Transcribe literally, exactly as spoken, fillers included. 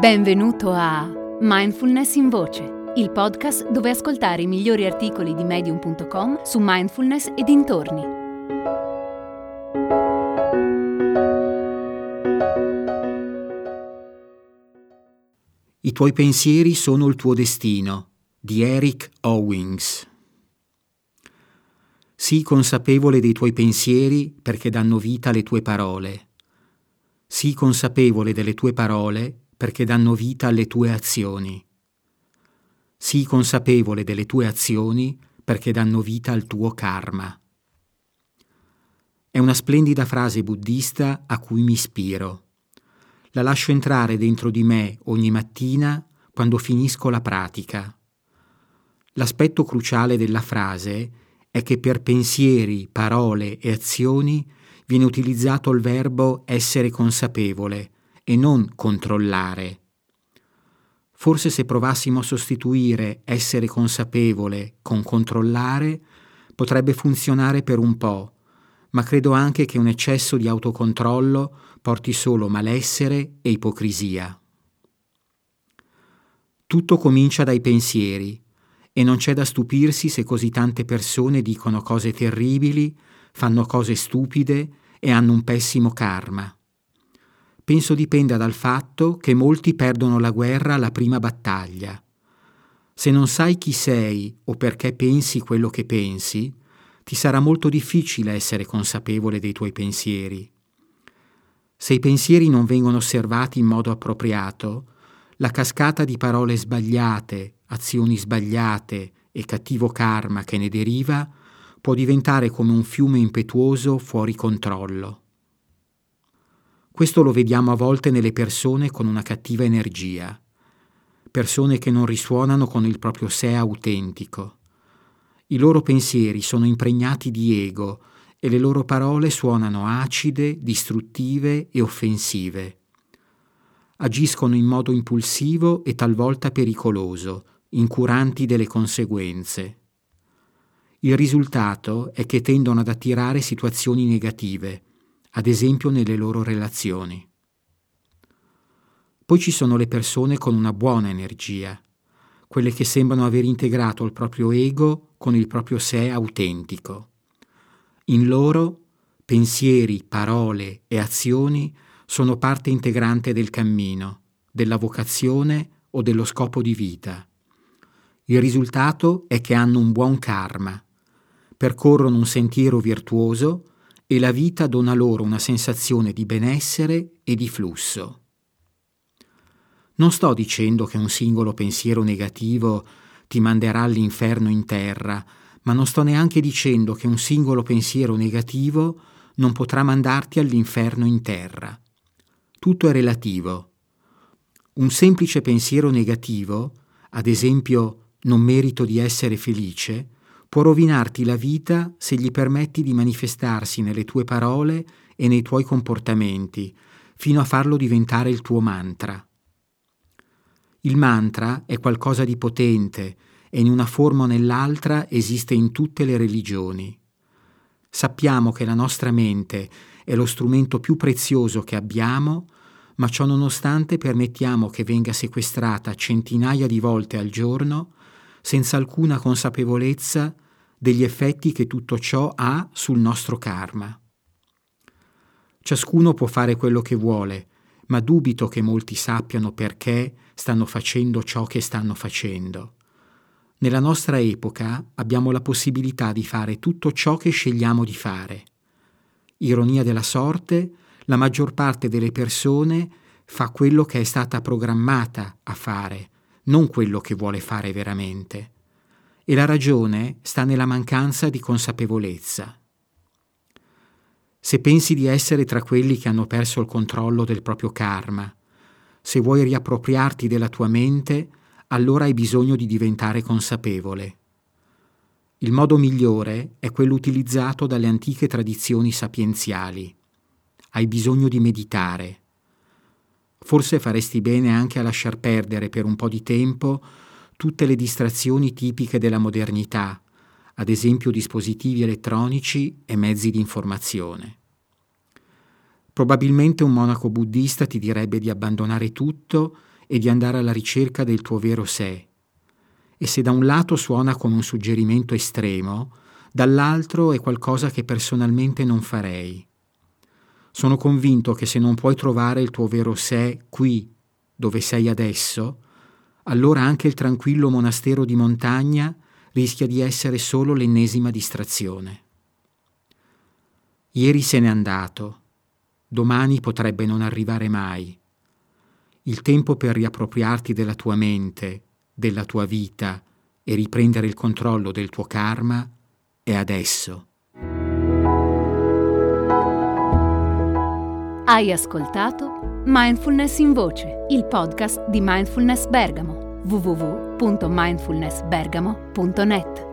Benvenuto a Mindfulness in Voce, il podcast dove ascoltare i migliori articoli di medium punto com su mindfulness e dintorni. I tuoi pensieri sono il tuo destino, di Eric Owings. Sii consapevole dei tuoi pensieri perché danno vita alle tue parole. Sii consapevole delle tue parole perché danno vita alle tue azioni. Sii consapevole delle tue azioni perché danno vita al tuo karma. È una splendida frase buddista a cui mi ispiro. La lascio entrare dentro di me ogni mattina quando finisco la pratica. L'aspetto cruciale della frase è che per pensieri, parole e azioni viene utilizzato il verbo essere consapevole e non controllare. Forse se provassimo a sostituire essere consapevole con controllare potrebbe funzionare per un po', ma credo anche che un eccesso di autocontrollo porti solo malessere e ipocrisia. Tutto comincia dai pensieri e non c'è da stupirsi se così tante persone dicono cose terribili, fanno cose stupide e hanno un pessimo karma. Penso dipenda dal fatto che molti perdono la guerra alla prima battaglia. Se non sai chi sei o perché pensi quello che pensi, ti sarà molto difficile essere consapevole dei tuoi pensieri. Se i pensieri non vengono osservati in modo appropriato, la cascata di parole sbagliate, azioni sbagliate e cattivo karma che ne deriva può diventare come un fiume impetuoso fuori controllo. Questo lo vediamo a volte nelle persone con una cattiva energia, persone che non risuonano con il proprio sé autentico. I loro pensieri sono impregnati di ego e le loro parole suonano acide, distruttive e offensive. Agiscono in modo impulsivo e talvolta pericoloso, incuranti delle conseguenze. Il risultato è che tendono ad attirare situazioni negative, ad esempio nelle loro relazioni. Poi ci sono le persone con una buona energia, quelle che sembrano aver integrato il proprio ego con il proprio sé autentico. In loro, pensieri, parole e azioni sono parte integrante del cammino, della vocazione o dello scopo di vita. Il risultato è che hanno un buon karma, percorrono un sentiero virtuoso e la vita dona loro una sensazione di benessere e di flusso. Non sto dicendo che un singolo pensiero negativo ti manderà all'inferno in terra, ma non sto neanche dicendo che un singolo pensiero negativo non potrà mandarti all'inferno in terra. Tutto è relativo. Un semplice pensiero negativo, ad esempio non merito di essere felice, può rovinarti la vita se gli permetti di manifestarsi nelle tue parole e nei tuoi comportamenti, fino a farlo diventare il tuo mantra. Il mantra è qualcosa di potente e in una forma o nell'altra esiste in tutte le religioni. Sappiamo che la nostra mente è lo strumento più prezioso che abbiamo, ma ciò nonostante permettiamo che venga sequestrata centinaia di volte al giorno senza alcuna consapevolezza degli effetti che tutto ciò ha sul nostro karma. Ciascuno può fare quello che vuole, ma dubito che molti sappiano perché stanno facendo ciò che stanno facendo. Nella nostra epoca abbiamo la possibilità di fare tutto ciò che scegliamo di fare. Ironia della sorte, la maggior parte delle persone fa quello che è stata programmata a fare, non quello che vuole fare veramente. E la ragione sta nella mancanza di consapevolezza. Se pensi di essere tra quelli che hanno perso il controllo del proprio karma, se vuoi riappropriarti della tua mente, allora hai bisogno di diventare consapevole. Il modo migliore è quello utilizzato dalle antiche tradizioni sapienziali. Hai bisogno di meditare. Forse faresti bene anche a lasciar perdere per un po' di tempo tutte le distrazioni tipiche della modernità, ad esempio dispositivi elettronici e mezzi di informazione. Probabilmente un monaco buddista ti direbbe di abbandonare tutto e di andare alla ricerca del tuo vero sé. E se da un lato suona come un suggerimento estremo, dall'altro è qualcosa che personalmente non farei. Sono convinto che se non puoi trovare il tuo vero sé qui, dove sei adesso, allora anche il tranquillo monastero di montagna rischia di essere solo l'ennesima distrazione. Ieri se n'è andato, domani potrebbe non arrivare mai. Il tempo per riappropriarti della tua mente, della tua vita e riprendere il controllo del tuo karma è adesso. Hai ascoltato Mindfulness in Voce, il podcast di Mindfulness Bergamo, w w w punto mindfulness bergamo punto net.